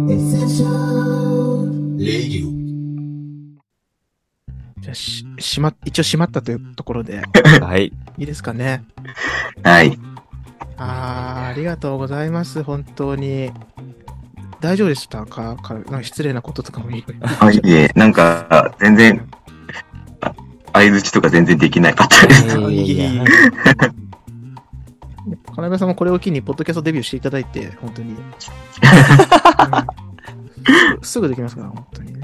レディオ。 じゃあ一応閉まったというところで。 はい。 いいですかね。 はい。 ありがとうございます。本当に。大丈夫でしたか？なんか失礼なこととかもいい。 はい、いえ、なんか、全然、相づちとか全然できなかったです。 金部さんもこれを機に、ポッドキャストデビューしていただいて、本当に。すぐできますから、本当にね。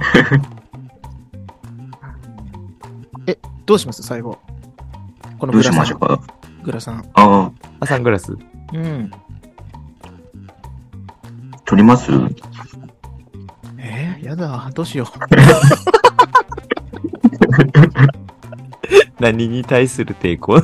どうします最後。このどうしましょうか。 グラさん。 サングラス。 うん。 撮ります？ やだ、どうしよう。 何に対する抵抗？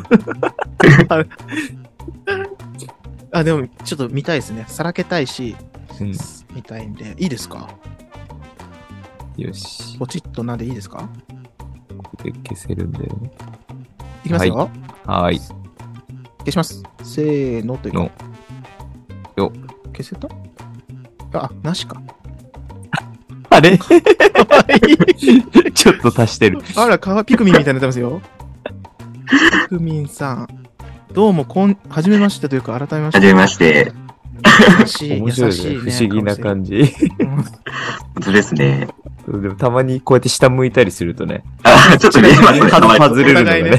でも、ちょっと見たいですね。さらけたいし、見たいんで。いいですか？ よし。 ポチッとなんでいいですか？ これで消せるんだよね。 いきますよ。 はい。 消します。せーのというの。よ。 消せた？なしか。 あれちょっと足してる。 ピクミンみたいになってますよ。ピクミンさん。どうも、はじめましてというか、改めまして。 はじめまして。 面白いね。不思議な感じ。 本当ですね。 でもたまにこうやって下向いたりするとね。 ちょっと見えますね。 外れるのがね。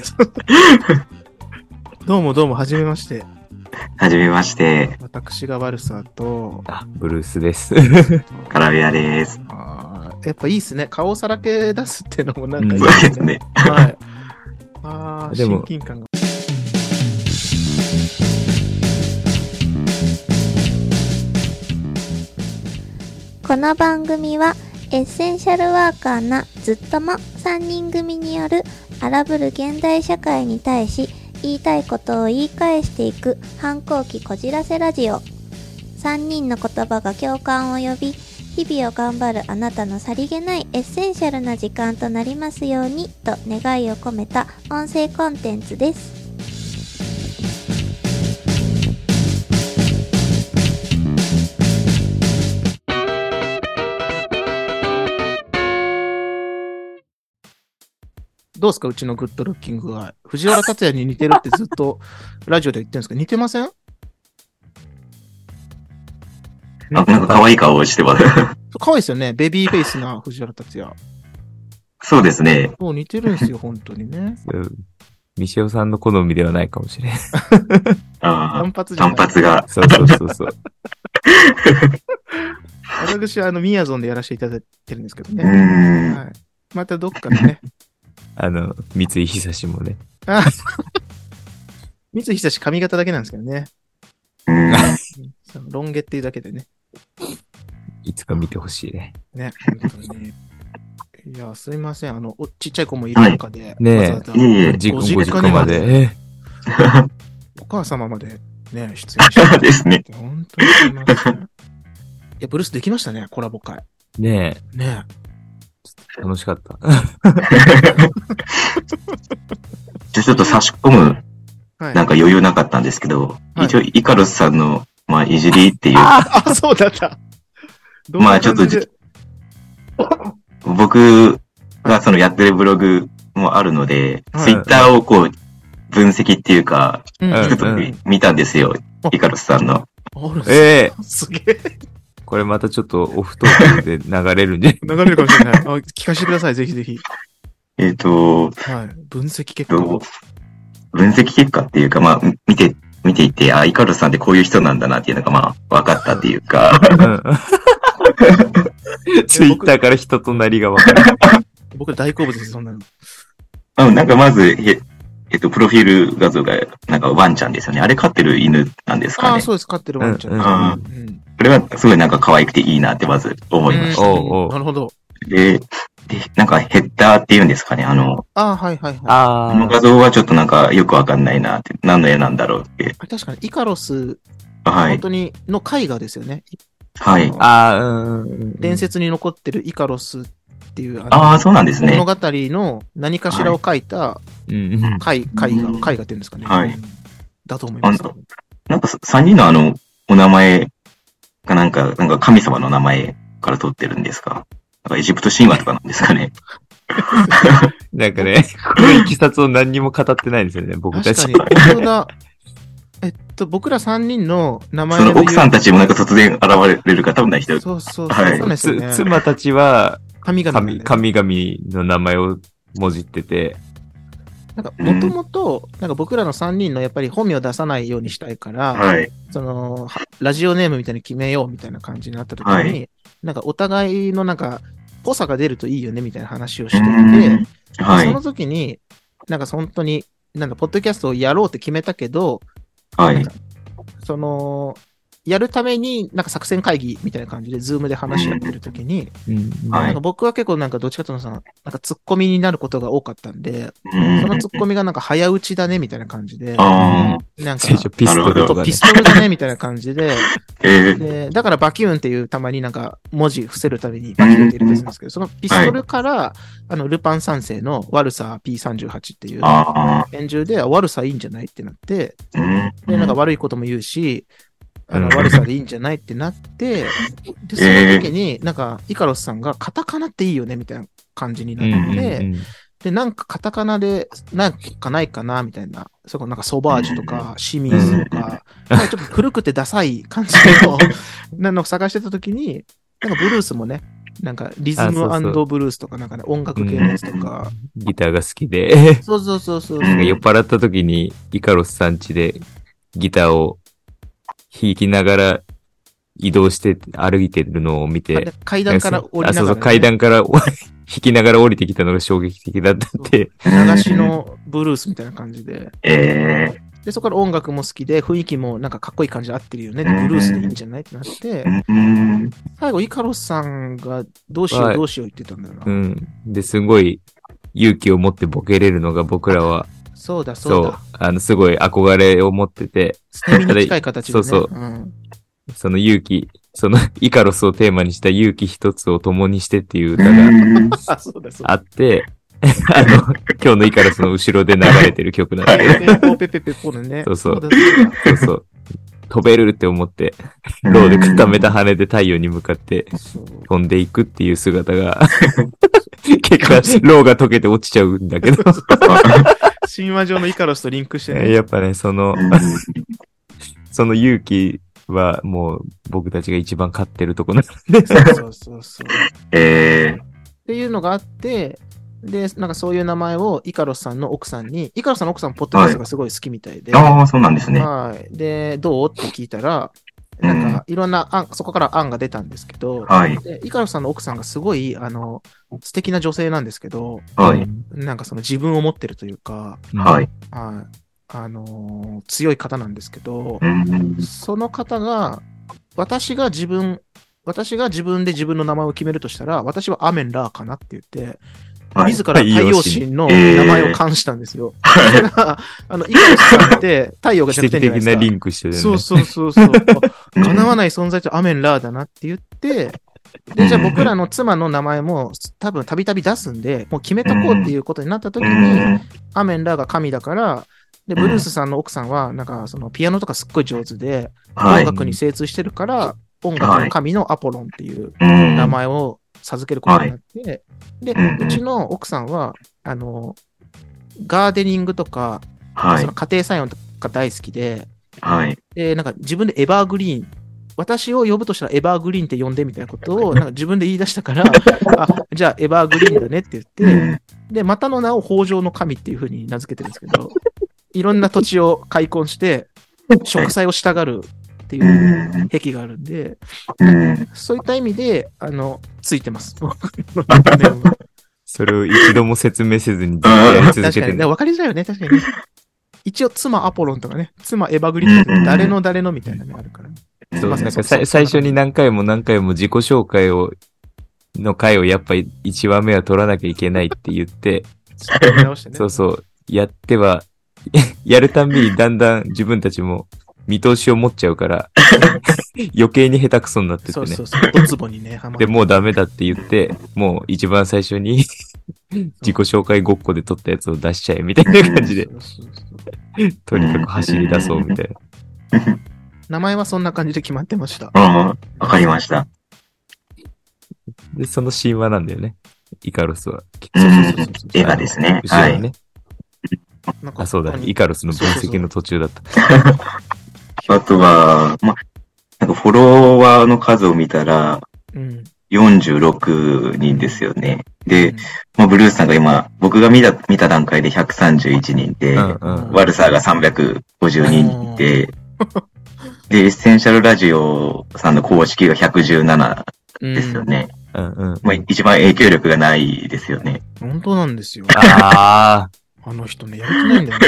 どうも、はじめまして。 はじめまして。 私が悪さと、 ブルースです。 カラビアです。 やっぱいいっすね。顔をさらけ出すっていうのもなんかいいですね。 はい。親近感が。 この番組はエッセンシャルワーカーなずっとも3人組による荒ぶる現代社会に対し言いたいことを言い返していく反抗期こじらせラジオ。3人の言葉が共感を呼び、日々を頑張るあなたのさりげないエッセンシャルな時間となりますようにと願いを込めた音声コンテンツです。 どうですかうちのグッドルッキングは。藤原竜也に似てるってずっとラジオで言ってるんですか？似てません？ なんか可愛い顔をしてます。 可愛いですよね。ベビーフェイスな藤原竜也。 そうですね。 もう似てるんですよ、本当にね。 ミシェオさんの好みではないかもしれん。 単発じゃない。 単発が。 そう。 私はミヤゾンでやらせていただいてるんですけどね。はい。またどっかでね。 三井久志もね。 三井久志髪型だけなんですけどね。ロン毛っていうだけでね。 いつか見てほしいね。 ね、本当にね。いや、すいません。ちっちゃい子もいる中で。 ねえ、ご実家まで。 お母様までね、出演してですね。 本当にすいません。いや、ブルースできましたね、コラボ会。 ねえ。 楽しかった。 ちょっと差し込む、なんか余裕なかったんですけど、一応イカロスさんの、いじりっていう。 そうだった。 ちょっと、僕がやってるブログもあるので、ツイッターを分析っていうか、一つ見たんですよ、イカロスさんの。 すげえ。 これまたちょっとオフトークで流れるんで。 流れるかもしれない。聞かせてください、ぜひぜひ。 はい。 分析結果。 分析結果っていうか、見ていて、イカロスさんってこういう人なんだなっていうのが、分かったっていうか。 ツイッターから人となりが分かる。 僕大好物です、そんなの。 なんかまず、プロフィール画像が、なんかワンちゃんですよね。あれ飼ってる犬なんですかね。 そうです、飼ってるワンちゃん。 これはすごいなんか可愛くていいなってまず思いました。 なるほど。 で、なんかヘッダーっていうんですかね、 はい。 この画像はちょっとなんかよくわかんないなって、何の絵なんだろうって。 確かに、イカロス、 はい。 本当に、の絵画ですよね。 はい。 伝説に残ってるイカロスっていう、 そうなんですね。 物語の何かしらを描いた絵画っていうんですかね。 はい。 だと思います。 なんか3人のお名前がなんか神様の名前から取ってるんですか？なんかエジプト神話とかなんですかね？ なんかね、このいきさつを何にも語ってないんですよね、僕たち。 確かに、本当だ。僕ら3人の名前のその奥さんたちもなんか突然現れる方もない人。 そうそうそう。 はいそうですよね。 妻たちは、 神々なんでね。 神々の名前をもじってて、 なんか、もともと、なんか僕らの3人のやっぱり本名を出さないようにしたいから、 はい。 ラジオネームみたいに決めようみたいな感じになった時に、 はいなんかお互いのなんか、ぽさが出るといいよねみたいな話をしてうんて、 はいその。時に、なんか本当に、なんだ、ポッドキャストをやろうって決めたけど、 はい。 やるために、なんか作戦会議みたいな感じで、ズームで話し合ってる時に、 はいなんか僕は結構なんかどっちかというとさ、なんかツッコミになることが多かったんで、 うんそのツッコミがなんか早打ちだねみたいな感じで、 ああ。 なんか、 最初ピストルとかねピ。ストルだねみたいな感じで、 えで、だからバキューンっていうたまになんか文字伏せるためにバキューンって入れてるんですけど、そのピストルから、ルパン三世の悪さ P38 っていうああ。 演銃で、悪さいいんじゃないってなって、 うん。 で、なんか悪いことも言うし、 うん悪さでいいんじゃないってなって、で、その時に、なんか、イカロスさんがカタカナっていいよねみたいな感じになって、で、なんかカタカナで、なんかないかなみたいな、そこなんかソバージュとか、清水とか、なんかちょっと古くてダサい感じの、なのを探してた時に、なんかブルースもね、なんかリズムそうそうブルースとか、なんかね、音楽系のやつとか、 ギターが好きで、 そうそうそうそう。 なんか酔っ払った時にイカロスさん家でギターを弾きながら移動して歩いてるのを見て、 階段から降りながら、ね。 そうそう、階段から弾きながら降りてきたのが衝撃的だったって。 流しのブルースみたいな感じで。 えで、そこから音楽も好きで、雰囲気もなんかかっこいい感じで合ってるよね。でブルースでいいんじゃないってなって、 うん。 最後、イカロスさんがどうしようどうしよう言ってたんだよな。 うん。で、すごい勇気を持ってボケれるのが僕らは、 そうだ、そうだ。 すごい憧れを持ってて、 捨て身に近い形で、ね。 そうそううん。 その勇気、そのイカロスをテーマにした勇気一つを共にしてっていう歌があ、そうだ、そうだ。 あって、今日のイカロスの後ろで流れてる曲なんだけど、 ペポペペペポのね。 そうそうだそうだそうそう。飛べるって思って、ローで固めた羽で太陽に向かってそう飛んでいくっていう姿が、結果、ローが溶けて落ちちゃうんだけど、 神話上のイカロスとリンクしてね。 やっぱね、その勇気はもう僕たちが一番勝ってるとこなんで、 そうそうそう。 えっていうのがあって、で、なんかそういう名前をイカロスさんの奥さんに、イカロスさんの奥さんポッドキャストがすごい好きみたいで、 ああ、そうなんですね。 はい。で、どうって聞いたら、なんかいろんな案、そこから案が出たんですけど、 はい。 でイカロスさんの奥さんがすごい、素敵な女性なんですけど、 はい。 なんかその自分を持ってるというか、 はい。 はい。強い方なんですけど、 うん。 その方が、私が自分で自分の名前を決めるとしたら、私はアメン・ラーかなって言って、 はい。 自ら太陽神の名前を冠したんですよ。それが、イカロスさんって太陽が奇弱点じゃないですか。 跡的なリンクしてるよね。 そうそうそうそう。叶わない存在とアメン・ラーだなって言って、で、じゃあ僕らの妻の名前も多分たびたび出すんで、もう決めとこうっていうことになった時に、アメン・ラーが神だから、で、ブルースさんの奥さんは、なんか、そのピアノとかすっごい上手で、 はい。 音楽に精通してるから、音楽の神のアポロンっていううん。 名前を授けることになって、で、 うんうちの奥さんは、ガーデニングとか、 はいその。家庭菜園とか大好きで、 はい。 で、なんか自分でエバーグリーン、私を呼ぶとしたらエバーグリーンって呼んでみたいなことをなんか自分で言い出したから、あ、じゃあエバーグリーンだねって言って、で、またの名を北条の神っていう風に名付けてるんですけど、いろんな土地を開墾して、植栽をしたがるっていう癖があるんで、 うん。 そういった意味で、ついてます。 それを一度も説明せずにずっとやり続確かに。 けてる。 分かりづらいよね、確かにね。一応、妻アポロンとかね、妻エバーグリーンとか誰の誰のみたいなのがあるから。 そう、なんかそう最初に何回も何回も自己紹介の回をやっぱり1話目は取らなきゃいけないって言って、 直してね。 そうそう、やっては、やるたんびにだんだん自分たちも見通しを持っちゃうから、余計に下手くそになっててね。 そうそうそう。ドツボにね、はまで、もうダメだって言って、もう一番最初に自己紹介ごっこで撮ったやつを出しちゃえみたいな感じで、 そうそうそうとにかく走り出そうみたいな。 名前はそんな感じで決まってました。 ああ、わかりました。 で、その神話なんだよね。イカロスは。 映画ですね。 後ろにね。 なんかあ、そうだ。イカロスの分析の途中だった。 あとは、なんかフォロワーの数を見たら、46人ですよね。で、ブルースさんが今、僕が見た段階で131人で、ワルサーが350人で、で、エッセンシャルラジオさんの公式が117ですよね。一番影響力がないですよね。 本当なんですよ。 あの人ね、やる気ないんだよ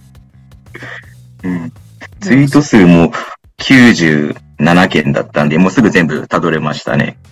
ね。 ツイート数も97件だったんで、もうすぐ全部辿れましたね。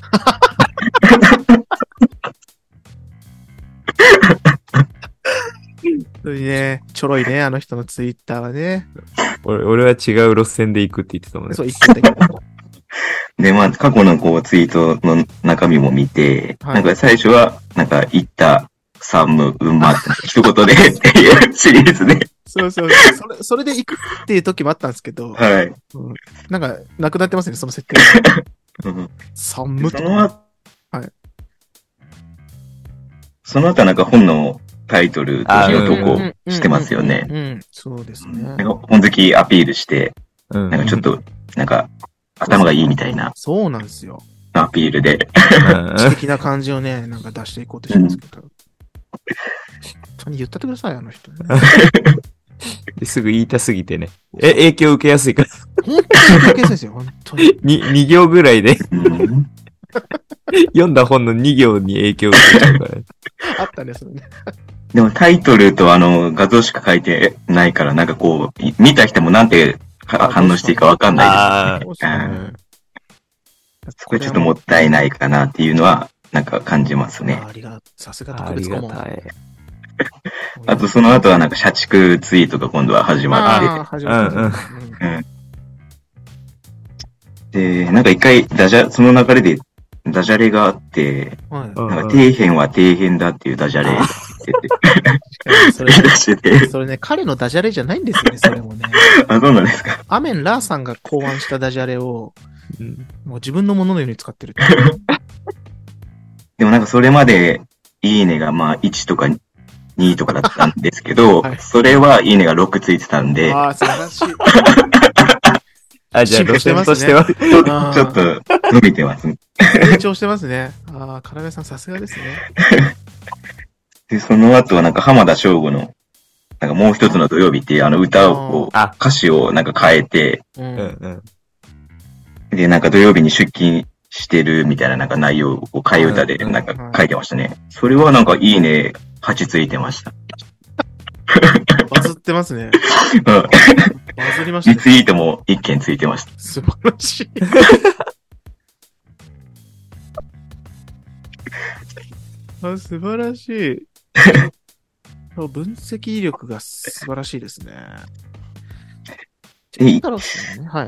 本当にね、ちょろいね、あの人のツイッターはね。 俺は違う路線で行くって言ってたもんね。 そう、言ってたけど。 で、過去のツイートの中身も見て、なんか最初は、なんか、行った、サム、馬って一言でっていうシリーズで。 そう。それで行くっていう時もあったんですけど。 はい。 なんか、なくなってますね、その設定。サムとか。はい。 その後はなんか本のタイトルとして投稿してますよね。 そうですね。 なんか本好きアピールして、なんかちょっと、なんか、頭がいいみたいな。 そうなんですよ。 アピールで。 知的な感じをね、なんか出していこうとしてますけど。本当に言ったってください、あの人ね。 すぐ言いたすぎてね。影響受けやすいから。 本当に受けやすいですよ、本当に。 2行ぐらいで。読んだ本の2行に影響を受けちゃうから。 あったね、それね。 でもタイトルと画像しか書いてないから、なんかこう、見た人もなんて反応していいかわかんないですね。そこはちょっともったいないかなっていうのは、なんか感じますね。 さすが特別顧問。 あとその後はなんか社畜ツイートが今度は始まって。で、なんか一回その流れでダジャレがあって、なんか底辺は底辺だっていうダジャレが出てて。 それね、彼のダジャレじゃないんですよね、それもね。 あ、そうなんですか。 アメン・ラーさんが考案したダジャレを、もう自分のもののように使ってる。 でもなんかそれまで、いいねが1とか2とかだったんですけど、それはいいねが6ついてたんで。 ああ、素晴らしい。 じゃあ路線としては、 ちょっと伸びてます。 成長してますね。ああ、カラメさんさすがですね。 で、その後はなんか浜田省吾の、なんかもう一つの土曜日っていう歌を、歌詞をなんか変えて、で、なんか土曜日に出勤してるみたいななんか内容を替え歌でなんか書いてましたね。それはなんかいいね、8ついてました。 バズってますね。 バズりましたね。 リツイートも1件ついてました。 素晴らしい。素晴らしい。分析力が素晴らしいですね。はい。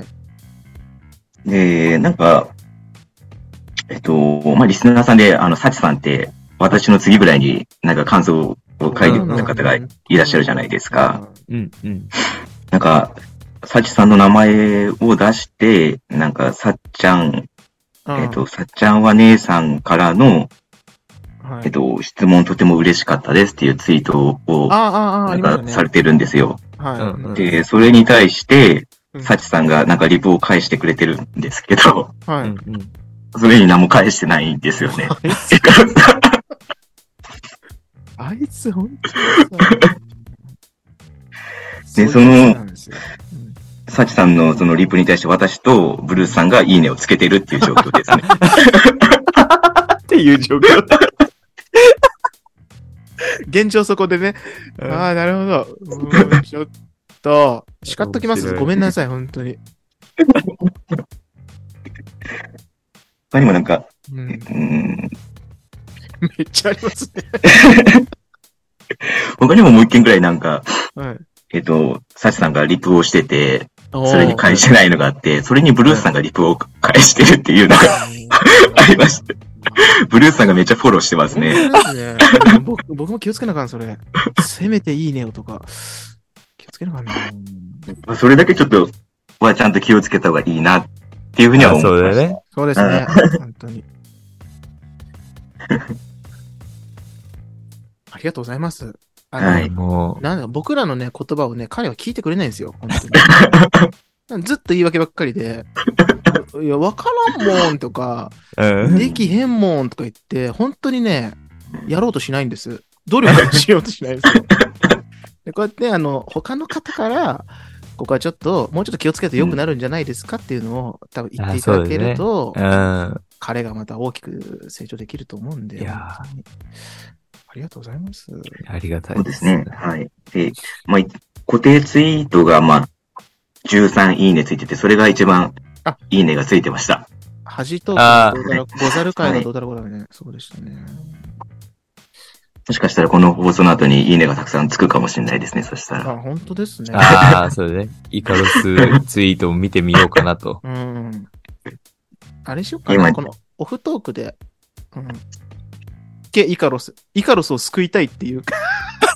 なんか、リスナーさんで、サチさんって、私の次ぐらいになんか感想を書いてた方がいらっしゃるじゃないですか。なんか、サチさんの名前を出して、なんか、さっちゃんは姉さんからの、質問とても嬉しかったですっていうツイートを、なんかされてるんですよ。で、それに対して、サチさんがなんかリプを返してくれてるんですけど、それに何も返してないんですよね。 あいつ、ほんとで、サチさんのそのリプに対して私とブルースさんがいいねをつけてるっていう状況ですね。 っていう状況。 現状そこでね。ああ、なるほど。ちょっと、叱っときます。ごめんなさい、本当に。 他にもなんか、 めっちゃありますね。 他にももう一件くらいなんか、サチさんがリプをしてて、それに返してないのがあって、それにブルースさんがリプを返してるっていうのがありました。ブルースさんがめっちゃフォローしてますね。 僕も気をつけなあかん、それ。せめていいねをとか。気をつけなあかんな。 それだけちょっと、ちゃんと気をつけた方がいいなっていうふうには思います。 そうだよね。 そうですね。本当に。 ありがとうございます。 はい。 もなんだ僕らのね、言葉をね、彼は聞いてくれないんですよ。本当にずっと言い訳ばっかりで、いや、わからんもんとか、できへんもんとか言って、本当にね、やろうとしないんです。努力しようとしないんですよ。でこうやって、他の方から、ここはちょっと、もうちょっと気をつけて良くなるんじゃないですかっていうのを、多分言っていただけると、彼がまた大きく成長できると思うんで。いやありがとうございます。 ありがたいです。 そうですね。はい。で、まあ、固定ツイートが、まあ、13いいねついてて、それが一番いいねがついてました。 恥とゴザル会がどうだろうね。そうでしたね。 もしかしたらこの放送の後にいいねがたくさんつくかもしれないですね、そしたら。 本当ですね。 そうね。イカロスツイートを見てみようかなと。 あれしようかな、このオフトークで。イカロスを救いたいっていうか。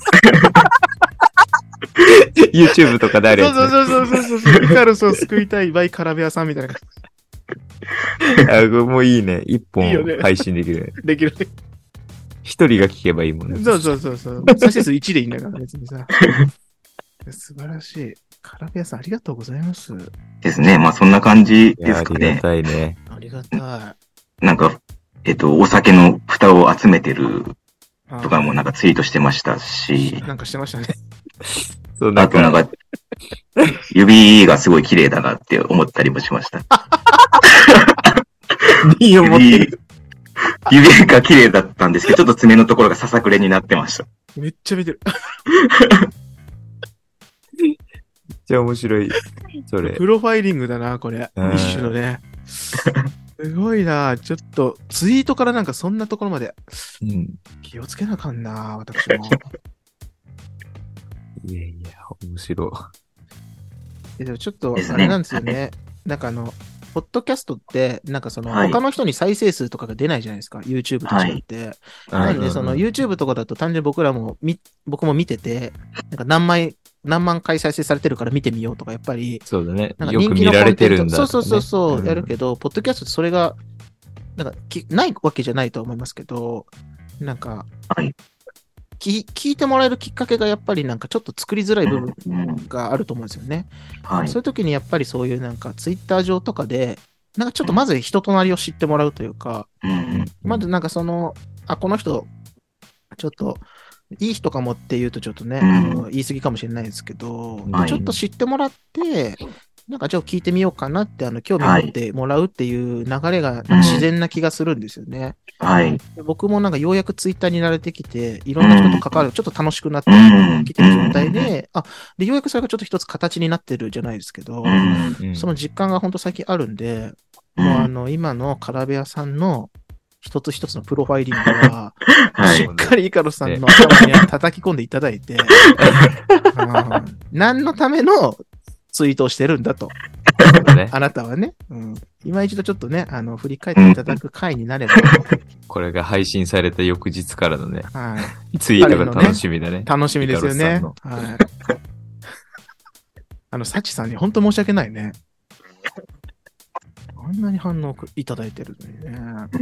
YouTube とかであるやつ、ね。 そう。イカロスを救いたいバイカラベアさんみたいな感じ。もういいね。一本配信できる。 できる。 一人が聞けばいいもんね。 そう。再生数1でいいんだから、別にさ。素晴らしい。カラベアさん、ありがとうございます。 ですね。まあ、そんな感じですかね。 ありがたいね。 ありがたい。なんか、お酒の蓋を集めてるとかもなんかツイートしてましたし。 なんかしてましたね。 あとなんか、指がすごい綺麗だなって思ったりもしました。指が綺麗だったんですけど、ちょっと爪のところがささくれになってました。 めっちゃ見てる。 めっちゃ面白い。それ。 プロファイリングだな、これ。一種のね。すごいな。ちょっと、ツイートからなんかそんなところまで。気をつけなあかんな、私も。 いや、面白い。でもちょっと、あれなんですよね。なんかポッドキャストって、なんか他の人に再生数とかが出ないじゃないですか。YouTube と違って。なんで、YouTube とかだと単純に僕も見てて、なんか何万回再生されてるから見てみようとか、やっぱり。 そうだね。よく見られてるんだ、ね。 そう、やるけど、ポッドキャストってそれが、なんか、ないわけじゃないと思いますけど、なんか、聞いてもらえるきっかけがやっぱりなんかちょっと作りづらい部分があると思うんですよね。そういう時にやっぱりそういうなんかツイッター上とかで、なんかちょっとまず人となりを知ってもらうというか、まずなんかこの人、ちょっといい人かもっていうとちょっとね、言い過ぎかもしれないですけど、ちょっと知ってもらって、なんかじゃあ聞いてみようかなって興味を持ってもらうっていう流れが自然な気がするんですよね。僕もなんかようやくツイッターに慣れてきて、いろんな人と関わるちょっと楽しくなってきてる状態で、で、ようやくそれがちょっと一つ形になってるじゃないですけど、その実感が本当最近あるんで、もう今のカラベアさんの一つ一つのプロファイリングは、しっかりイカロスさんの頭に叩き込んでいただいて、何のためのツイートをしてるんだと。あなたはね、今一度ちょっとね、振り返っていただく回になれば。 これが配信された翌日からのね、ツイートが楽しみだね。 楽しみですよね。サチさんに本当申し訳ないね。あんなに反応いただいてるのにね。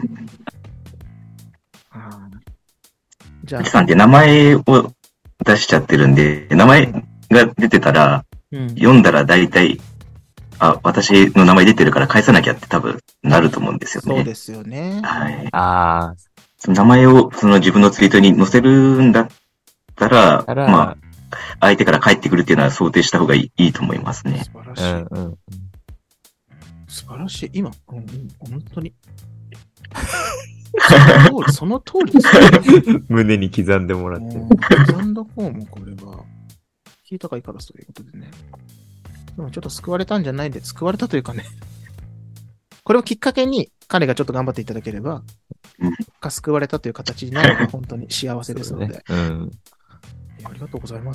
じゃあ。さんって名前を出しちゃってるんで、名前が出てたら、読んだら大体、私の名前出てるから返さなきゃって多分なると思うんですよね。 そうですよね。 その名前を自分のツイートに載せるんだったら、まあ、相手から返ってくるっていうのは想定した方がいいと思いますね。 素晴らしい。素晴らしい。今、本当に。その通りですね。 胸に刻んでもらって。 刻んだ方もこれは、聞いたかいからということでね。でもちょっと救われたんじゃないんで、救われたというかね。これをきっかけに彼がちょっと頑張っていただければ、救われたという形になれば本当に幸せですので。ありがとうございます。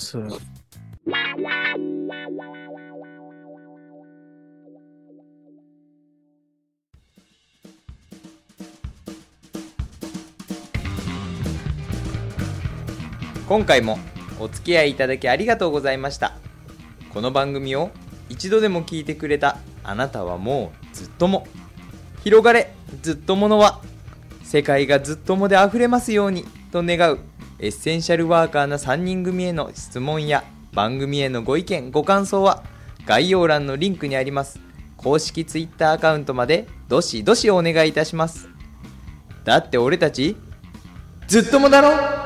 今回もお付き合いいただきありがとうございました。この番組を一度でも聞いてくれたあなたはもうずっとも。広がれずっとものは世界がずっともで溢れますようにと願うエッセンシャルワーカーな3人組への質問や番組へのご意見ご感想は概要欄のリンクにあります公式 Twitter アカウントまでどしどしお願いいたします。だって俺たちずっともだろ。